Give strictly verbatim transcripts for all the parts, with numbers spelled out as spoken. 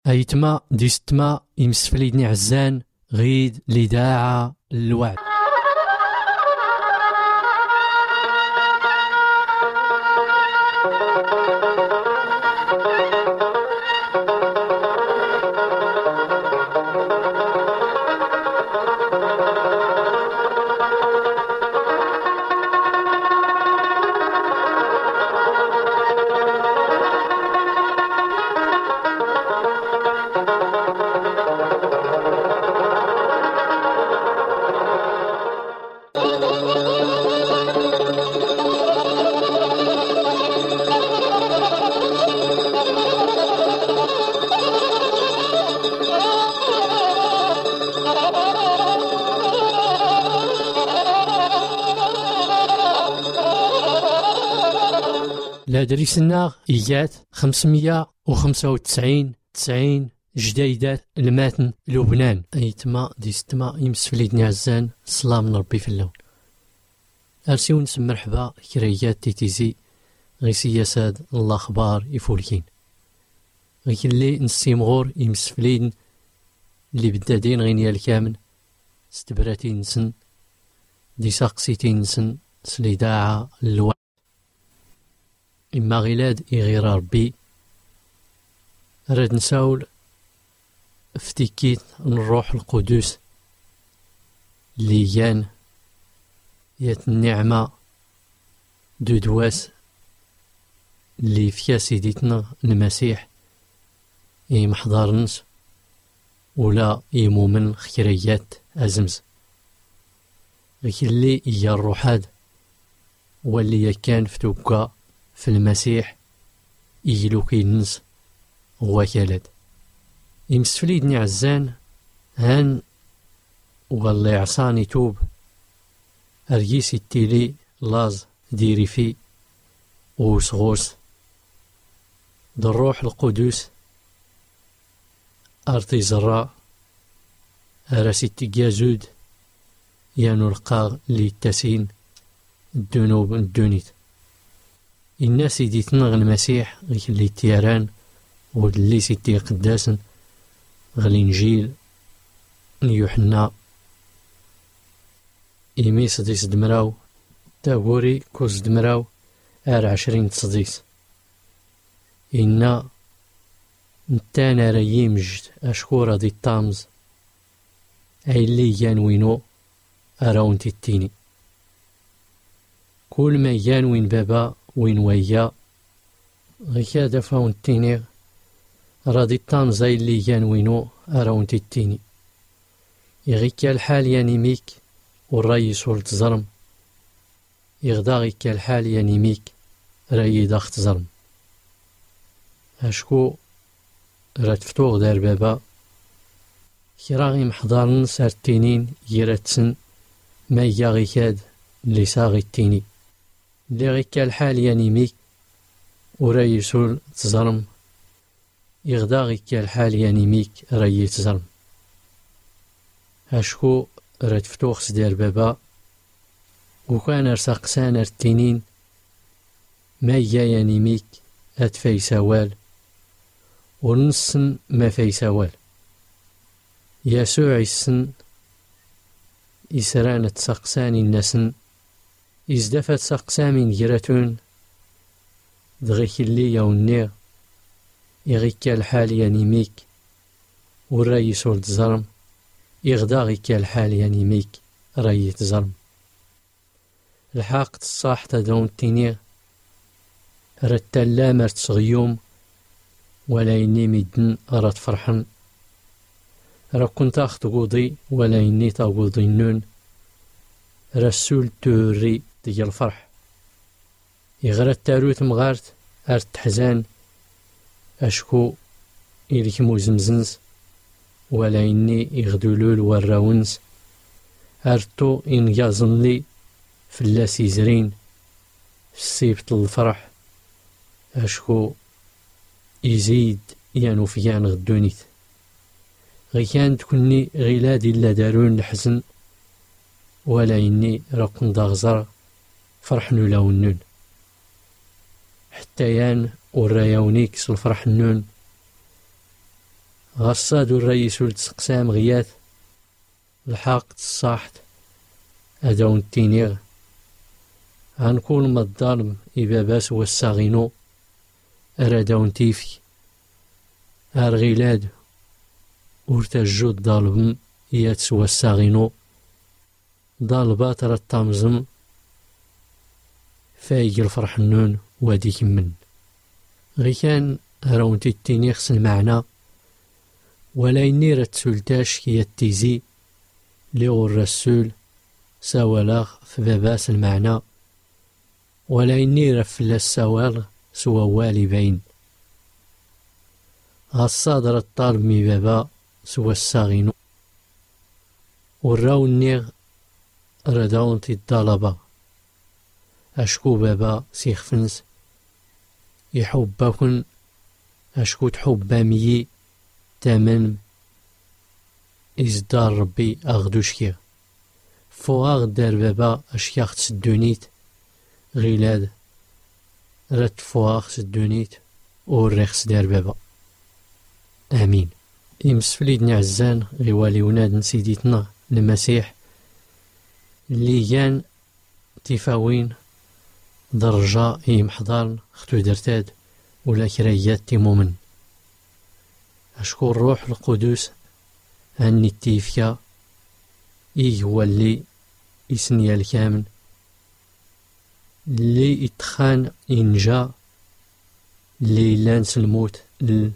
أيتما ديستما يمسفليدني عزان غيد لداعة الوعد. لادريسنا إيات خمسمية وخمسة وتسعين تسعين جديدات الماتن لبنان. أيتما ديستما يمسفليدني عزان سلام ربي في اللون. أرسيون نسم مرحبا كريات تيتيزي غي سياساد الله أخبار يفولكين غي اللي نسيمغور يمسفليدن اللي بدادين غينيا الكامل ستبراتين نسن دي ساقسيتين نسن سليداعة اللوع إما غيلاد إغير ربي راد نساول افتكيت الروح القدس اللي يان يات النعمة دو دواس اللي فيها سيديتنا المسيح يمحضرنس ولا يمومن خيريات أزمز غير اللي إيا الروحاد واللي يكان فتوكا في المسيح يجلو كينس هو كالاد يمسفليدني عزان هان والله عصاني توب أرجيس التيلي لاز ديري في وصغوص بالروح القدس أرتي زراء أراسي التجازود يانو القاغ للتسين الدنوب الدونيت الناس يديتنا المسيح غير اللي تيران واللي سيتي قداسن غالإنجيل يوحنا إيمي صديس دمراو تاغوري كوز دمراو آر عشرين تصديس إنا نتانا رايي مجد أشكورا دي الطامز أي اللي يانوينو أراون تيتيني كل ما يانوين بابا وين ويا غيكا دفاون تينيغ رادي الطامز أي اللي يانوينو أراون تيتيني يغيكا الحال يانيميك والراي سول تزرم يغدا غيكا الحال يانيميك راي داخ تزرم أشكو راد فتوغ دار بابا كراغي محضارن سارتينين يراتسن ما ياغي كاد اللي ساغي التيني اللي غيكا الحال يانيميك وراي يسول تزرم يغدا غيكا الحال يانيميك راي تزرم أشكو راد فتوغ سدار بابا وكان ارساقسان ارتينين ما يا يانيميك أتفاي سوال ونصن ما في سوال يسوع السن إسرانة سقسان النسن إزدفت سقسام جراتون دغيك اللي يونيغ يغيك الحال يانيميك والراي سولت زرم يغدا غيك الحال يانيميك راي تزرم الحاق الصاح تدون تينيغ رتلا مرت صغيوم ولا إني مدن أراد فرحن را كنت أخت قوضي ولا إني تقوضي النون رسول توري ديال الفرح يغرى التاروت مغارت أرت حزان أشكو إليك موزمزنز ولا إني يغدولول والراونز أرتو إن يازن لي فلاس يزرين في السيبت الفرح أشكو يزيد يانو فيان غدونيت غي كان تكوني غيلادي إلا دارون الحزن ولا إني راكن داغزر فرحنو لاونون حتى يان وراياونيك سالفرح النون غصاد الرئيس تسقسام غيات الحق تصاحت أدون التينيغ غنكون ما الظالم إباباس والساغينو أرادون تيفي أرغيلاد ورتجو الظالم إياتس والساغينو ضالبات رتامزم فايق الفرحنون واديك من غي كان راونتي التينيغ المعنى ولا إني رتسولتاش كي التيزي ليغو الرسول ساولاغ في باباس المعنى ولا إني رفل السوالغ سوى والي باين غصادر الطالب مي بابا سوى الساغينو وراو النيغ رداونتي الطلبة أشكو بابا سيخفنس يحبكن أشكو تحب مي تمن إزدار ربي أغدوشكي فوغ دار بابا أشياخ تسدونيت غيلاد رت فوغ سدونيت وريخس دار بابا آمين. يمسفليد نعزان غيوالي وناد نسيديتنا المسيح اللي كان تفاوين درجة يمحضرن ختو درتاد ولا كريات تيمومن أشكر روح القدس أني التيفيا إيه هو اللي يسني الكامل اللي يتخان ينجا اللي لانس الموت اللي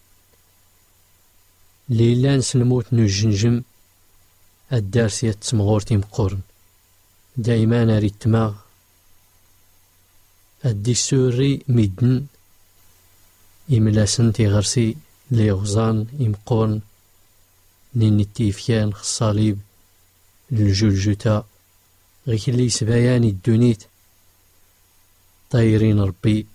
لانس الموت نجنجم الدارسية تسمغورتي مقورن دايما أريد تماغ أدي سوري ميدن إملاسن تيغرسي ليغزان إمقورن نين التيفيان الصليب الجلجتا غيك اللي سباياني الدونيت طايرين ربي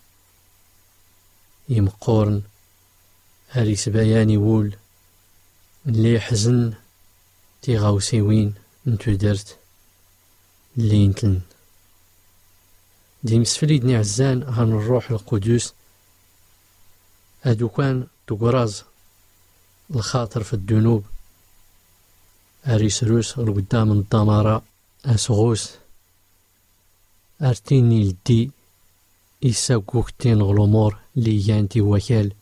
يمقورن هاري سباياني وول اللي حزن تيغاوسيوين نتو درت اللي نتلن دي مسفليدني عزان عن الروح القدس هادو كان تقراز الخاطر في الذنوب أريسروس القدام الدمارة أسغوس أرتيني لدي إساقوكتين غلومور لي يانتي وكال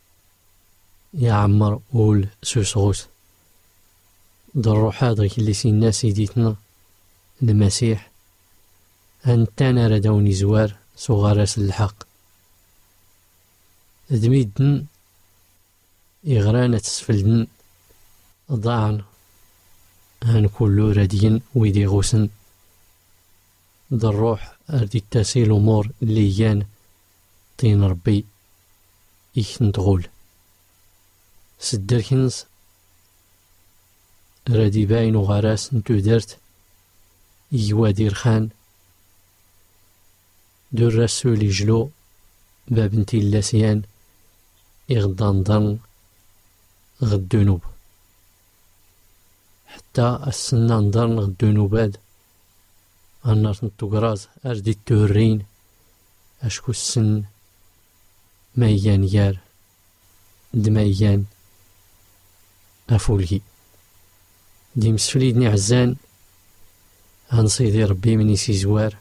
يعمر أول سوسغوس دروحات غيك اللي سينا سيديتنا المسيح أنتانا ردوني زوار صغارس الحق دميدن إغرانة تسفلدن ضاعن هان كلو ردين ويدي غوسن دروح أردي التاسيل أمور اللي يان طين ربي إيكن تغول سدركنز ردي باين وغراس نتو درت يوادير خان دور رسول يجلو بابنتي اللاسيان إغدان ضن غدونوب حتى السنان ضن غدونوباد النار نتوغراز أردي التورين أشكو السن ميان يار دميان أفولكي دي مسفليدني عزان هنصيدي ربي مني سيزوار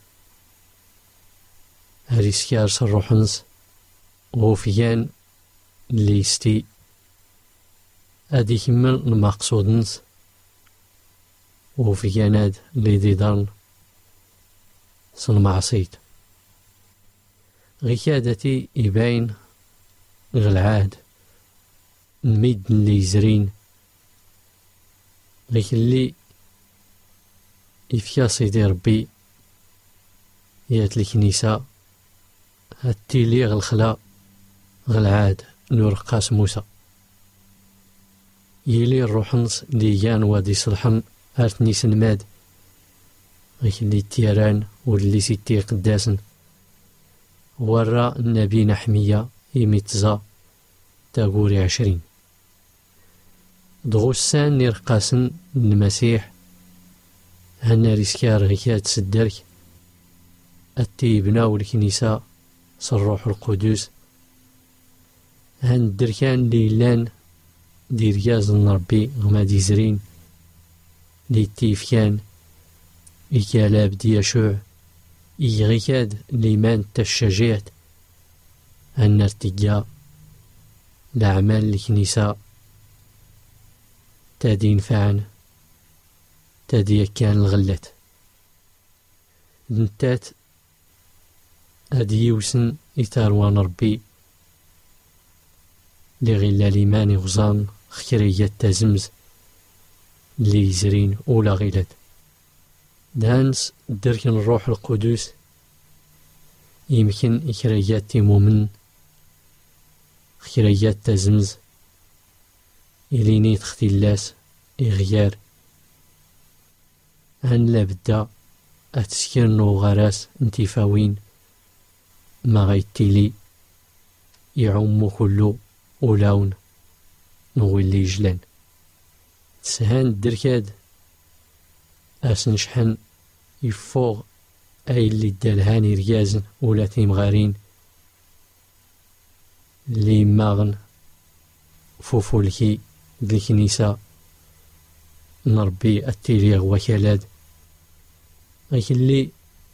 هريسكار سروحنز غوفيان اللي يستي أدي كمل المقصودنز غوفياناد اللي ديدان صنمعصيد غيكادتي يباين غالعاد نميد اللي يزرين غيك اللي يفيا سيدي ربي يات الكنيسة هاتيلي غالخلا غالعاد نور قاس موسى يلي الروحنس ديان وادي صلحن ارتني سنماد غيك اللي تيران واللي سيتي قداسن ورا النبي نحمية يميتزا تاقوري عشرين دغوسان نرقاسن المسيح هنا ريسكار غيكات سدرك التيبنا الكنيسة صروح القدس هن الدركان ليلان دير يازن ربي غمادي زرين لي تيفيان إكالاب دياشوع إيغيكاد ليمان تشجيعت أن ارتقاء الأعمال الكنيسة تادين فعن تادي كان الغلات نتات أدي وسن إتاروان ربي لغلا ليمان غزان خيرية تازمز لي زرين أولا غيلات دانس دركن الروح القدس يمكن إكريات تيمومن خيريات تازمز إليني تختلاس إغيار أن لابد أتسكرنو غراس انتفاوين ما غيتيلي يعم كلو أولاون نولي جلان تسهان الدركاد أسن شحن يفوغ أي اللي دالهاني ريازن ولا تيمغارين لي ماغن فوفولكي بالكنيسة نربي التيليغ وكالاد غيك اللي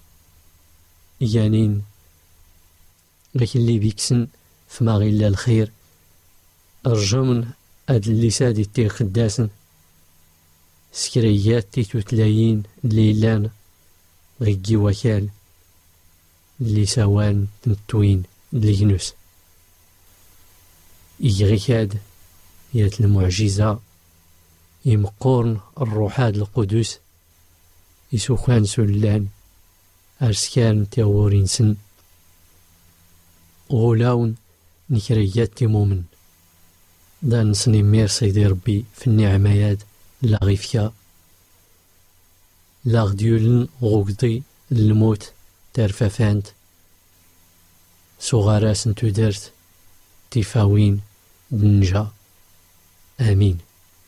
يانين غيك اللي بيكسن فما غيلا الخير الرجمن هاد اللي سادي تي خداسن سكريات تيتو تلايين ليلان غيكي وكال اللي سوان تمتوين لينوس إيغيكاد يات المعجزة يمقورن الروحاد القدس يسوخان سلان أرسكان تيورينسن غولاون نكريات تيمومن دان سني مير سيدي ربي في النعميات لا غيفيا لا غديولن غوكدي الموت ترفافانت صغاراس نتو درت تيفاوين دنجا آمين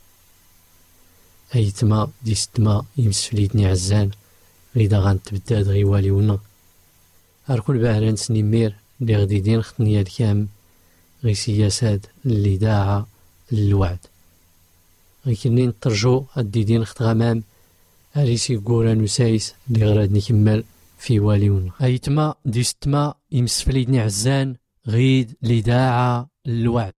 أيتما ديستما يمسفليتني عزان غيدا غانتبداد غيواليونا أركل باهران سني مير لي غدي دين ختنياد كام غي سياسات اللي داعا للوعد غيكني نترجو هادي دين خت غمام أريسي قوران وسايس اللي غراد نكمل في واليون أيتما ديستما يمسفليدني عزان غيد اللي داعا للوعد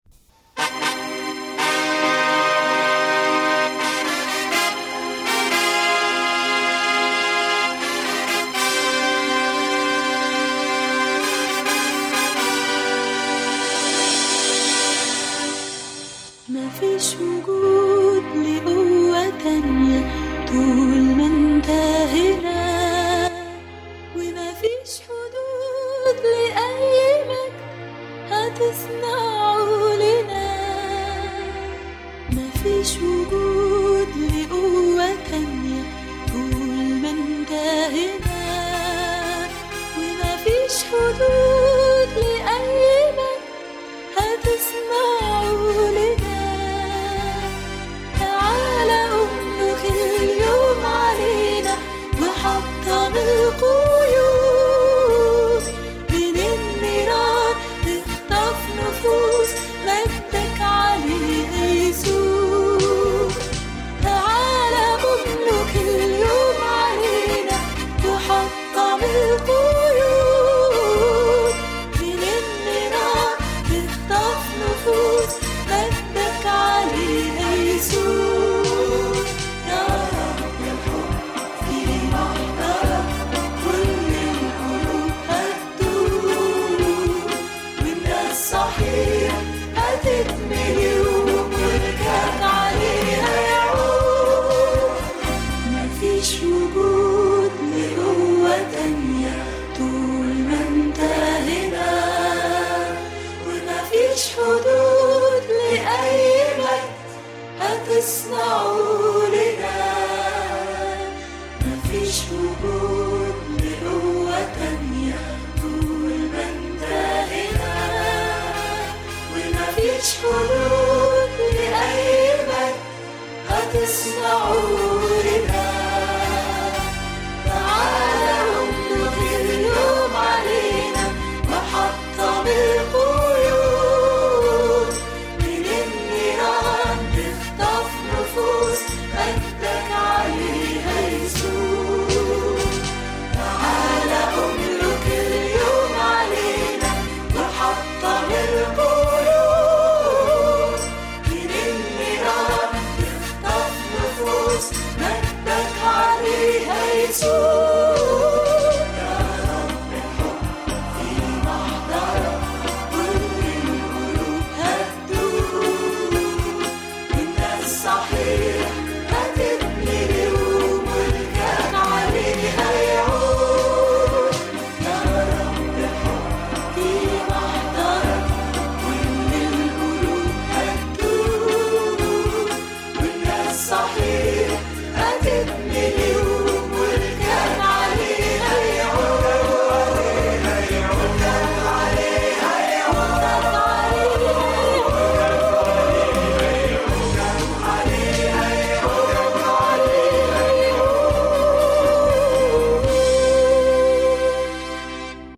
مفيش وجود لقوة تانية طول ما انت هنا ومفيش حدود لأي مجد هتصنعه لنا مفيش وجود لقوة تانية طول ما انت هنا ومفيش حدود لأي مجد هتصنعه لنا وحطم القيود من النيران تخطف نفوس مجدك عليها يسوع تعالى املك اليوم علينا وحطم القيود من النيران تخطف نفوس مجدك عليها يسوع هتتملي وملكك عليها يعود مفيش وجود لقوة تانية طول ما انت هنا ومفيش حدود لأي مجد هتصنعه لنا مفيش وجود لقوة تانية طول ما انت هنا مفيش حدود لأي مجد هتصنعه لنا تعالى املك اليوم علينا وحطم القيود من النيران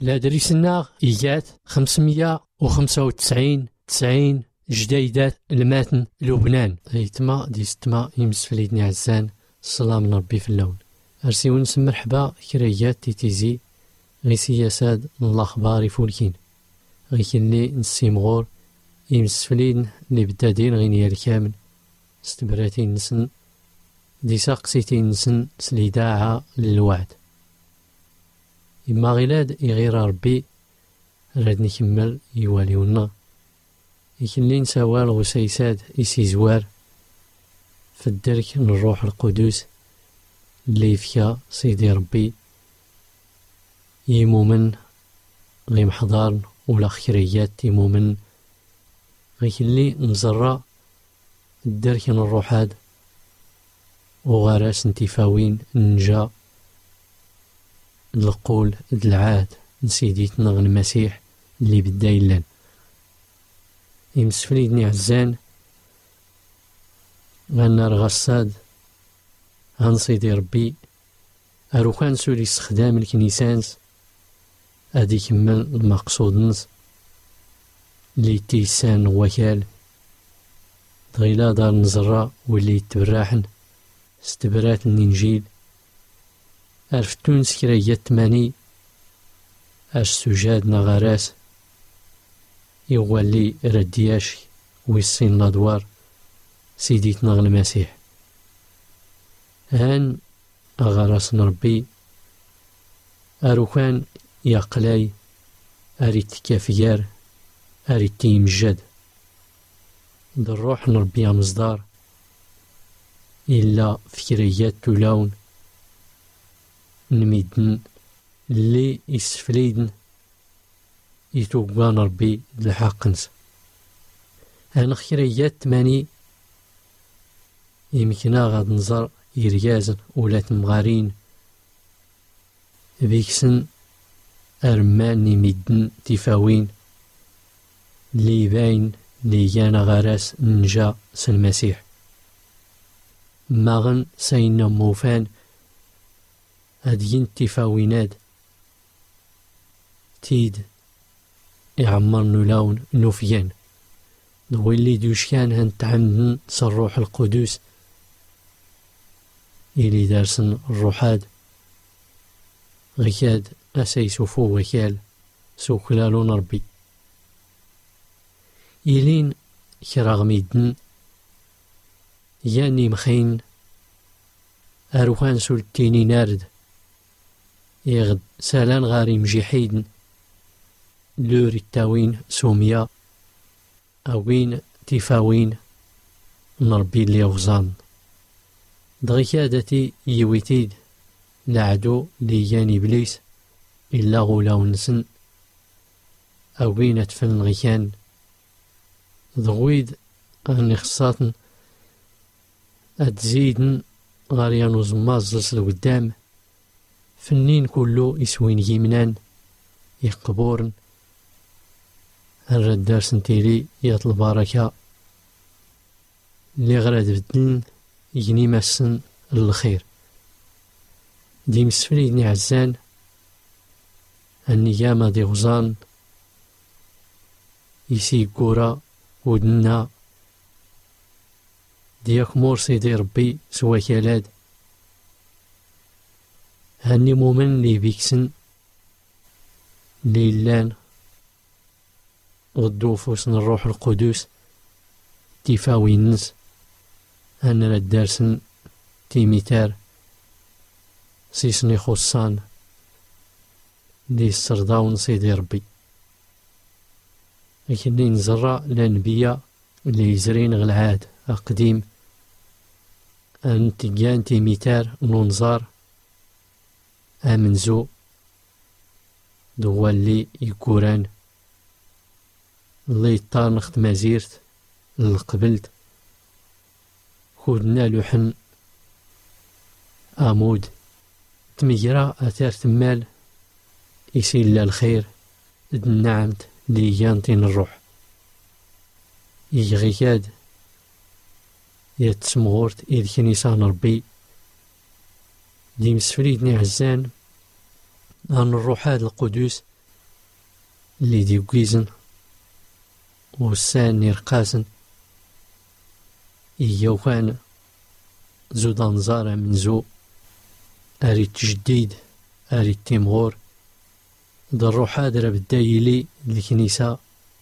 لا دريسنا إيجات خمسمية وخمسة وتسعين تسعين جديدات الماتن لبنان ايتما ديستما يمسفليدني عزان السلام من ربي في اللون أرسيون نسمى مرحبا كريات تيتيزي غي سياسات الأخبار فولكين غي كني نسيمغور يمسفلين اللي بدادين غي نيال كامل استبراتين نسن دي ساقسيتين نسن سليداعة للوعد إما غيلاد يغير ربي راد نكمل يواليونا يكنلي نساوال غسيساد إسي زوار في الدرك الروح القدس اللي فيها سيدي ربي يمومن غي محضار ولا خيريات يمومن غيكنلي نزرع الدرك الروحاد وغراس انتفاوين نجا القول العاد نسيديتنا غن المسيح اللي بدا يلان يمسفليدني عزان غانا رغصاد غنصيدي ربي أروخان سوري استخدام الكنيسانس أدي كمل المقصود نص اللي تيسان وكال دغيلا دار نزرع واللي يتبراحن استبرات النجيل أرفتون سكريات تماني أش سجاد نغاراس يوالي ردياش ويصين الأدوار سيديتنا المسيح هان أغراس نربي أروكان يقلاي أريد كافيار أريد تيمجد بالروح نربي مصدار إلا فكريات تلاون نميدن اللي يسفليدن يتوقان ربي الحقنس هان خيريات تماني يمكنا غاد نزر يريازن ولا تمغارين بيكسن أرمان نميدن تفاوين اللي باين اللي جانا غراس نجا سالمسيح ماغن سينا موفان هادين تفاوينات تيد يعمر نلاون نوفيان دويلي دوشكان هن تعمدن صروح القدوس إلي دارسن الروحاد غيكاد أسي سوفو وكال سوكلالون ربي إلين كراغ ميدن ياني مخين أروخان سلتيني نارد يغد سالان غاري مجيحيدن لور التاوين سوميا أوين تفاوين نربي اللي غزان دغيكادتي يويتيد لعدو ليان إبليس إلا غولاو نسن أوين أتفن غيكان ضغويد أني خصاتن أتزيدن غاريانو زماز لسل قدام فنين كلو يسوين يمنان يقبورن الرد دارس نتيلي يطل البركة اللي غراد بدلن يجني مسن الخير دي مسفليدني عزان النيامة دي غزان يسي كورا ودنا دياك مور سيدي ربي سوا كالاد هاني مومن لي بيكسن ليلان غدو فوسن الروح القدس تيفاوي النس هان راد دارسن تيميتار سيسني خصان لي السرداون سيدي ربي لكن لي نزرع لانبياء اللي يزرين غالعاد أقديم أنتيجان تيميتار نونزار آمنزو دوالي يكوران اللي يطار نخت مازيرت القبلت خودنا لوحن آمود تميرا أثار تمال يسيل الخير النعمت لي يانتين الروح يغيكاد يتسمغورت إذ كنيسان ربي دي مسفريدني عزان عن الروحات القدوس اللي دي قيزن وسان نرقاسن إيوان زودان زارة من زو أريد تجديد أريد تيمغور ضرو حادرة بالدايلي الكنيسة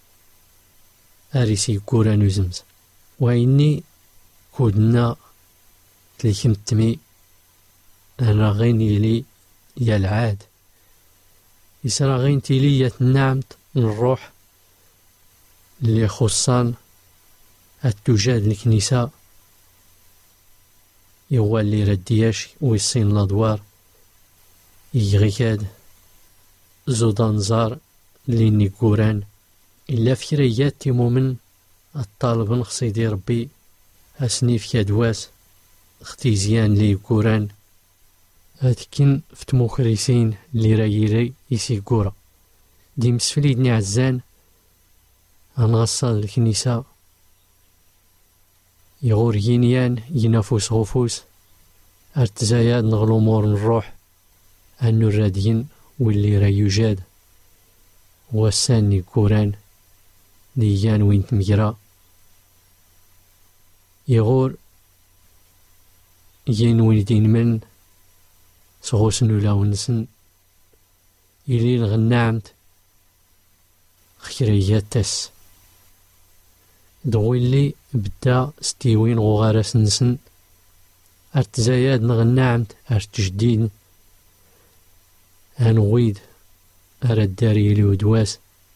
أريسي كوران وزمز وإني كودنا تليكم التمي أنا غيني لي يا العاد يسرى غين تيلية النعمت الروح اللي خصان التجاد الكنيسة يوالي ردياش ويصين الأدوار يغيكاد زودان زار ليني كوران إلا فكريات تيمومن الطالب نخصيدي ربي أسنيف كادواس اختيزيان لي كوران هاتكين فتموخريسين اللي رايلي يسي كورا دي مسفليدني عزان أنغصاد الكنيسة يغور ينيان ينافوس غفوس ارتزاياد نغلومور الروح أنو الرادين واللي را يوجاد وساني كوران ديان وين تمجرا يغور ين وين من سغوسن ولا ونسن إلي الغنامت خيريات تس دويلي بدا ستيوين غوغارس نسن ارتزاياد نغنامت ارتجديد هنويد أرد داري لي ودواس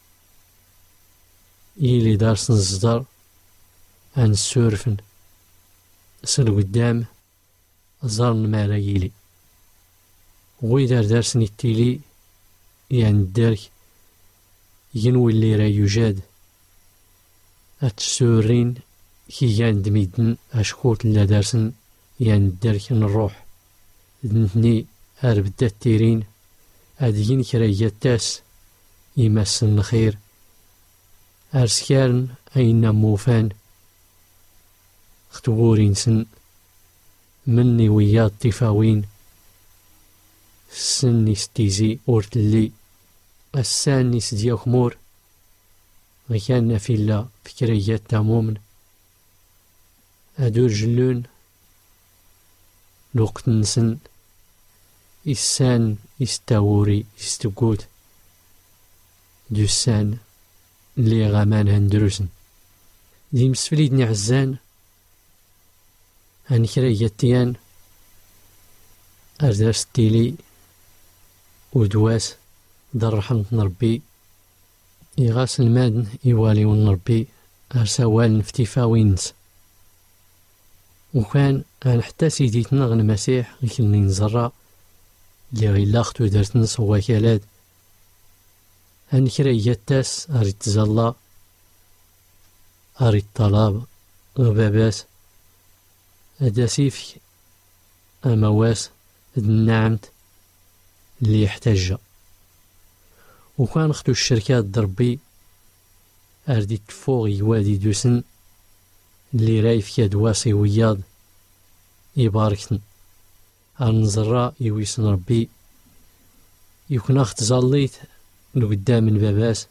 إلي دارس نصدر عن السورفن سل قدام زارن مالا يلي ويدار دارسني التيلي يعني الدارك ينوي اللي را يوجاد أتسورين كي كان دميدن أشكوت لا دارسن يعني الدارك نروح دنتني أربدا التيرين أدين كرايات تاس يمسن خير أرسكارن أين موفان اختبورين سن مني وياد طفاوين سني ستيزي أورتلي الساني سديا خمور غيان في الله فكريات تامومن أدور جلون لوقت نسن إسان إستاوري إستقود دوسان اللي غامان هندروسن دي مسفليدني عزان هن كراياتيان أردار ستيلي ودواس دار رحمة نربي يغاس المادن يوالي ونربي أرسوال نفتيفاوينس وكان أن حتى سيدي تنغن المسيح غيكلني نزرع اللي غي لاختو دارت نص وكالات هن كرايات تاس أريد تزالا أريد طلاب غباباس أداسيف أمواس النعمت اللي يحتاجها وكان اختو الشركات دربي أردي تفوغ يوادي دوسن اللي رايف كاد واسي وياض يباركن أنزرا يويسن ربي يكون أخت زاليت لقدام من باباس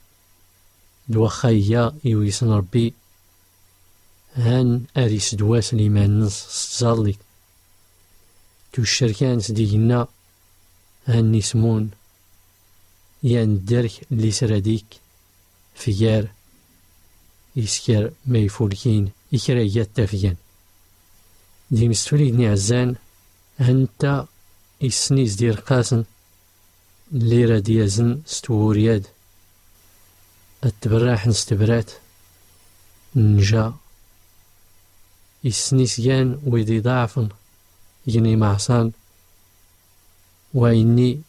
دوخايا يويسن ربي هان أريس دواس ليمان نص زاليت تو الشركان سدينا هان نسمون يان الدرك اللي سراديك فيار يسكر ما يفولكين إكرايات تافيان دي مستوليدني عزان هانتا إسنيز دير قاسن اللي ديازن ستورياد التبراح نستبرات نجا إسنيس يان ويدي ضعفن يني معصان وإني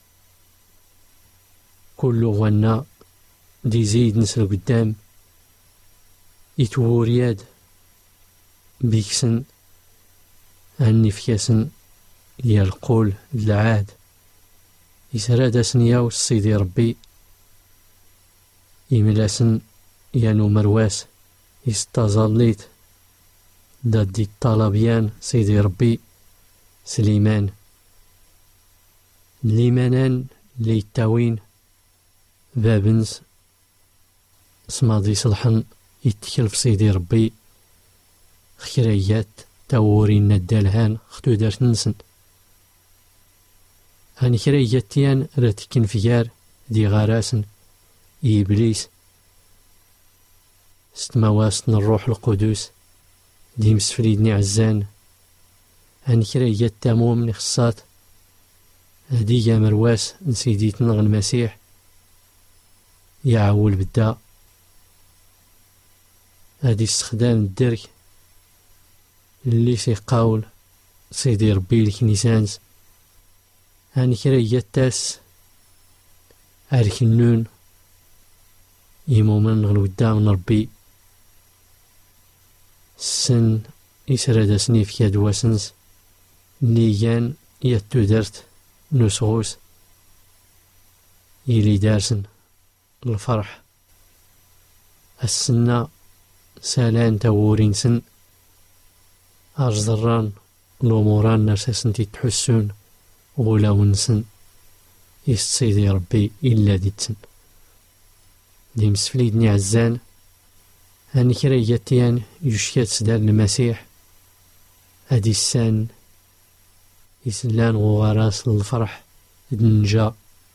كل غنا دي زيد نسل قدام يتورياد بيكسن هني فياسن يالقول العاد يسراد سنياو سيدي ربي يملاسن يانو مرواس يستظليت دادي الطلبيان سيدي ربي سليمان ليمانان ليتاوين بابنس سماضي صلحن يتكل في سيدي ربي خيريات تاورين الدالهان ختو دارت نسن هاني خيريات تيان راتكن فيار دي غاراسن إبليس ستمواسن الروح القدس دي مسفريدني عزان هاني خيريات تامو من خصات هدي يا مرواس نسيديتنا المسيح يعول بدا هادي استخدام الدرك اللي سيقاول سيدي ربي الكنيسانس هاني كرا تاس عاركنون يمومن الودا من ربي السن يسرد سنيف كاد واسنس نيان يتو درت نسغوس يلي دارسن الفرح السنة سالان تاورين سن أرزران الأموران نرسسن تتحسون غولا ونسن يسيدي ربي إلا ديتسن دي مسفليدني عزان هاني كرياتيان يشكات سدار المسيح هادي السان يسلان غواراس للفرح دنجا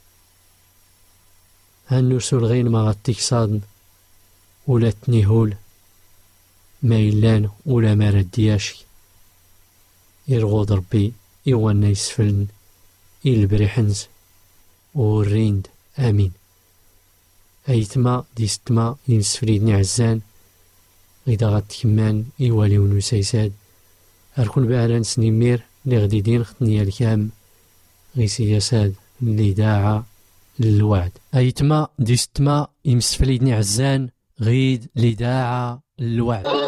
هان نرسل غين ما غطيك صادن ولا تنيهول ما إلان ولا ما ردياشي يرغوض ربي إيوانا يسفلن إلبريحنز والريند آمين أيتما ديستما ينسفريدني عزان غيدا غات كمان إيوالي ونسيساد أركون بعلان سنيمير لغديدين ختنيا الكام غي سياساد اللي داعا للوعد أيتما ديستما يمسفليدني عزان غيد لداعا للوعد